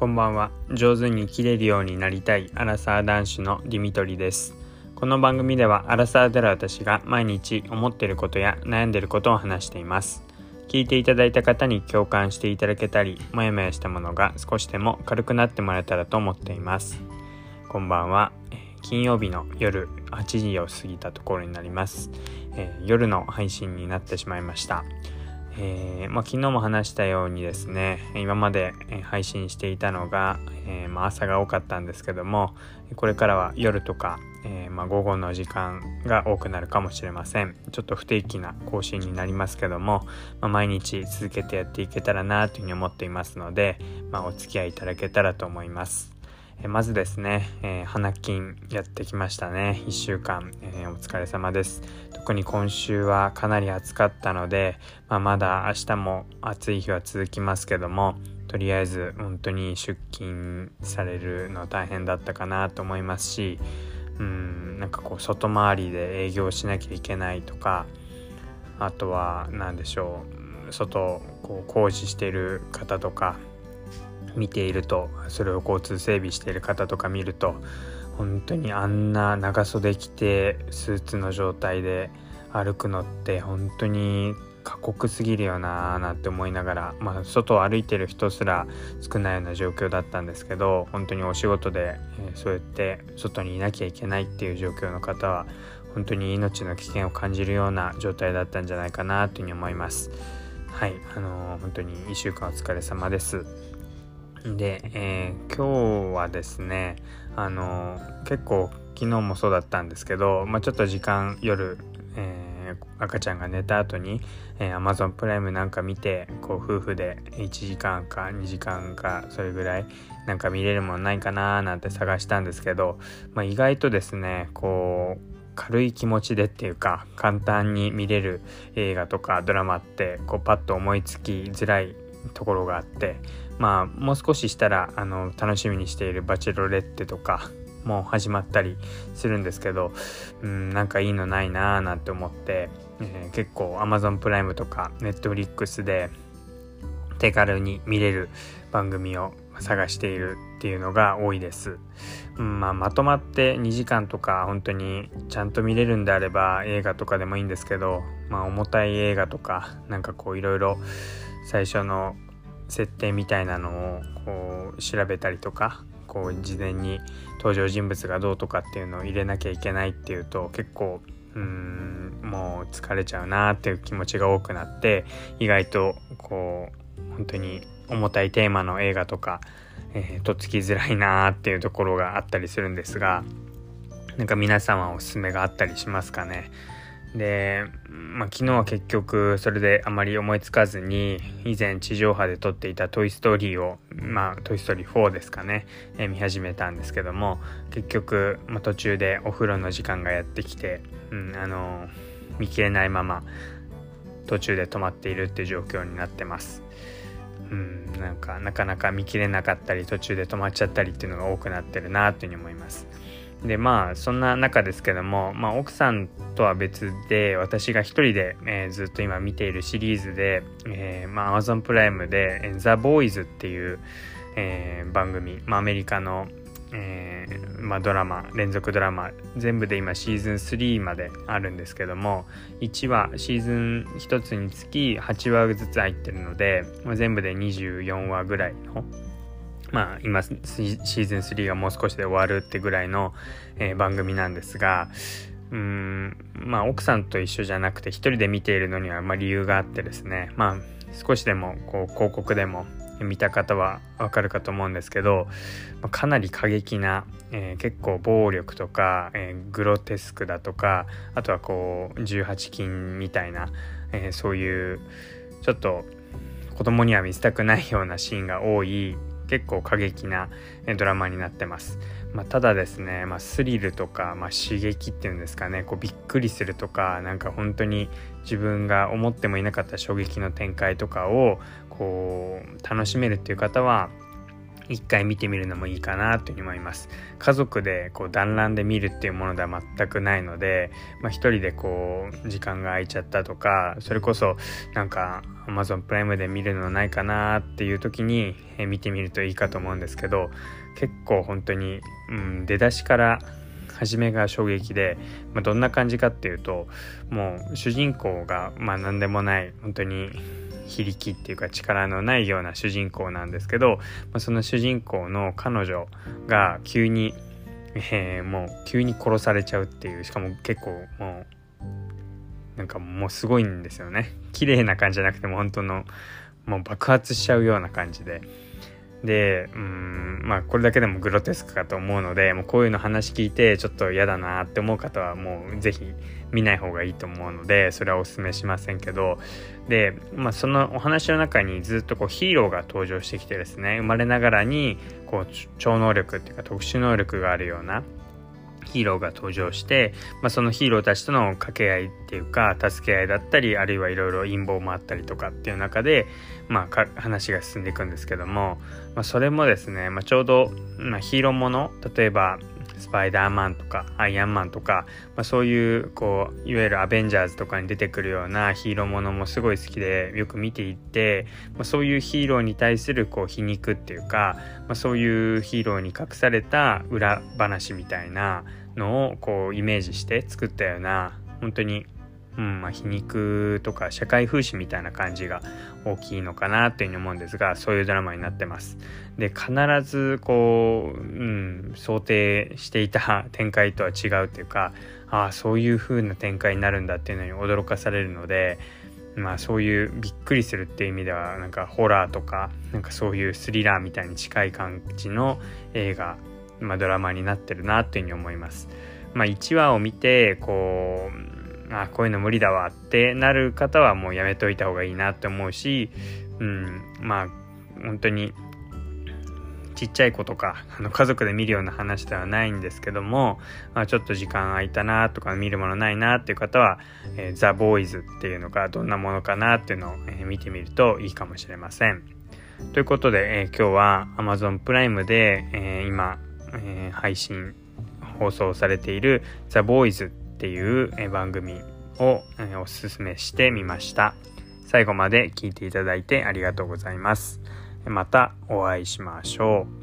こんばんは。上手に生きれるようになりたいアラサー男子のディミトリです。この番組ではアラサーである私が毎日思っていることや悩んでいることを話しています。聞いていただいた方に共感していただけたり、もやもやしたものが少しでも軽くなってもらえたらと思っています。こんばんは。金曜日の夜8時を過ぎたところになります。夜の配信になってしまいました。昨日も話したようにですね、今まで配信していたのが、朝が多かったんですけども、これからは夜とか、午後の時間が多くなるかもしれません。ちょっと不定期な更新になりますけども、毎日続けてやっていけたらなというふうに思っていますので、お付き合いいただけたらと思います。まずですね、花金やってきましたね。1週間、お疲れ様です。特に今週はかなり暑かったので、まだ明日も暑い日は続きますけども、とりあえず本当に出勤されるの大変だったかなと思いますし、外回りで営業しなきゃいけないとか、あとは外工事している方とか見ていると、それを交通整備している方とか見ると、本当にあんな長袖着てスーツの状態で歩くのって本当に過酷すぎるよななんて思いながら、外を歩いてる人すら少ないような状況だったんですけど、本当にお仕事で、そうやって外にいなきゃいけないっていう状況の方は本当に命の危険を感じるような状態だったんじゃないかなというふうに思います。はい、本当に1週間お疲れ様です。で、今日はですね、結構昨日もそうだったんですけど、ちょっと時間夜、赤ちゃんが寝た後に、Amazon プライムなんか見て、夫婦で1時間か2時間かそれぐらい見れるものないかななんて探したんですけど、意外とですね軽い気持ちでっていうか簡単に見れる映画とかドラマってパッと思いつきづらいところがあって、もう少ししたら楽しみにしているバチェロレッテとかもう始まったりするんですけど、いいのないなーなんて思って、結構 Amazon プライムとか Netflix で手軽に見れる番組を探しているっていうのが多いです。まとまって2時間とか本当にちゃんと見れるんであれば映画とかでもいいんですけど、重たい映画とかいろいろ最初の設定みたいなのを調べたりとか、事前に登場人物がどうとかっていうのを入れなきゃいけないっていうと、結構もう疲れちゃうなっていう気持ちが多くなって、意外と本当に重たいテーマの映画とか、とっつきづらいなっていうところがあったりするんですが、皆様おすすめがあったりしますかね。で、昨日は結局それであまり思いつかずに、以前地上波で撮っていたトイストーリーをトイストーリー4ですかね、見始めたんですけども、結局、途中でお風呂の時間がやってきて、見切れないまま途中で止まっているっていう状況になってます。なかなか見切れなかったり途中で止まっちゃったりっていうのが多くなってるなというふうに思います。でそんな中ですけども、奥さんとは別で私が一人で、ずっと今見ているシリーズで、Amazon プライムでザ・ボーイズっていう、番組、アメリカの、ドラマ、連続ドラマ全部で今シーズン3まであるんですけども、1話シーズン1つにつき8話ずつ入ってるので、全部で24話ぐらいの今シーズン3がもう少しで終わるってぐらいの、番組なんですが、奥さんと一緒じゃなくて一人で見ているのには理由があってですね、少しでも広告でも見た方はわかるかと思うんですけど、かなり過激な、結構暴力とか、グロテスクだとか、あとは18禁みたいな、そういうちょっと子供には見せたくないようなシーンが多い、結構過激なドラマになってます。ただですね、スリルとか、刺激っていうんですかね、びっくりするとか、本当に自分が思ってもいなかった衝撃の展開とかを楽しめるっていう方は一回見てみるのもいいかなというふうに思います。家族で団らんで見るっていうものでは全くないので、一人で時間が空いちゃったとか、それこそAmazon プライムで見るのないかなっていう時に見てみるといいかと思うんですけど、結構本当に、出だしから初めが衝撃で、どんな感じかっていうと、もう主人公が何でもない本当に非力っていうか力のないような主人公なんですけど、その主人公の彼女が急に殺されちゃうっていう、しかも結構もうすごいんですよね。綺麗な感じじゃなくても本当のもう爆発しちゃうような感じで、これだけでもグロテスクかと思うので、もうこういうの話聞いてちょっと嫌だなって思う方はもうぜひ見ない方がいいと思うので、それはお勧めしませんけど、で、そのお話の中にずっとヒーローが登場してきてですね、生まれながらに超能力っていうか特殊能力があるようなヒーローが登場して、そのヒーローたちとの掛け合いっていうか助け合いだったり、あるいはいろいろ陰謀もあったりとかっていう中で、話が進んでいくんですけども、それもですね、ちょうど、ヒーローもの、例えばスパイダーマンとかアイアンマンとか、そういういわゆるアベンジャーズとかに出てくるようなヒーローものもすごい好きでよく見ていて、そういうヒーローに対する皮肉っていうか、そういうヒーローに隠された裏話みたいなのをイメージして作ったような、本当に皮肉とか社会風刺みたいな感じが大きいのかなっていうふうに思うんですが、そういうドラマになってます。で、必ず想定していた展開とは違うっていうか、そういう風な展開になるんだっていうのに驚かされるので、そういうびっくりするっていう意味ではホラーとかそういうスリラーみたいに近い感じの映画、ドラマになってるなっていうふうに思います。1話を見てこういうの無理だわってなる方はもうやめといた方がいいなって思うし、本当にちっちゃい子とか家族で見るような話ではないんですけども、ちょっと時間空いたなとか見るものないなっていう方は、ザ・ボーイズっていうのがどんなものかなっていうのを、見てみるといいかもしれません。ということで、今日は Amazon プライムで、今、放送されているザ・ボーイズっていう、番組を、おすすめしてみました。最後まで聞いていただいてありがとうございます。またお会いしましょう。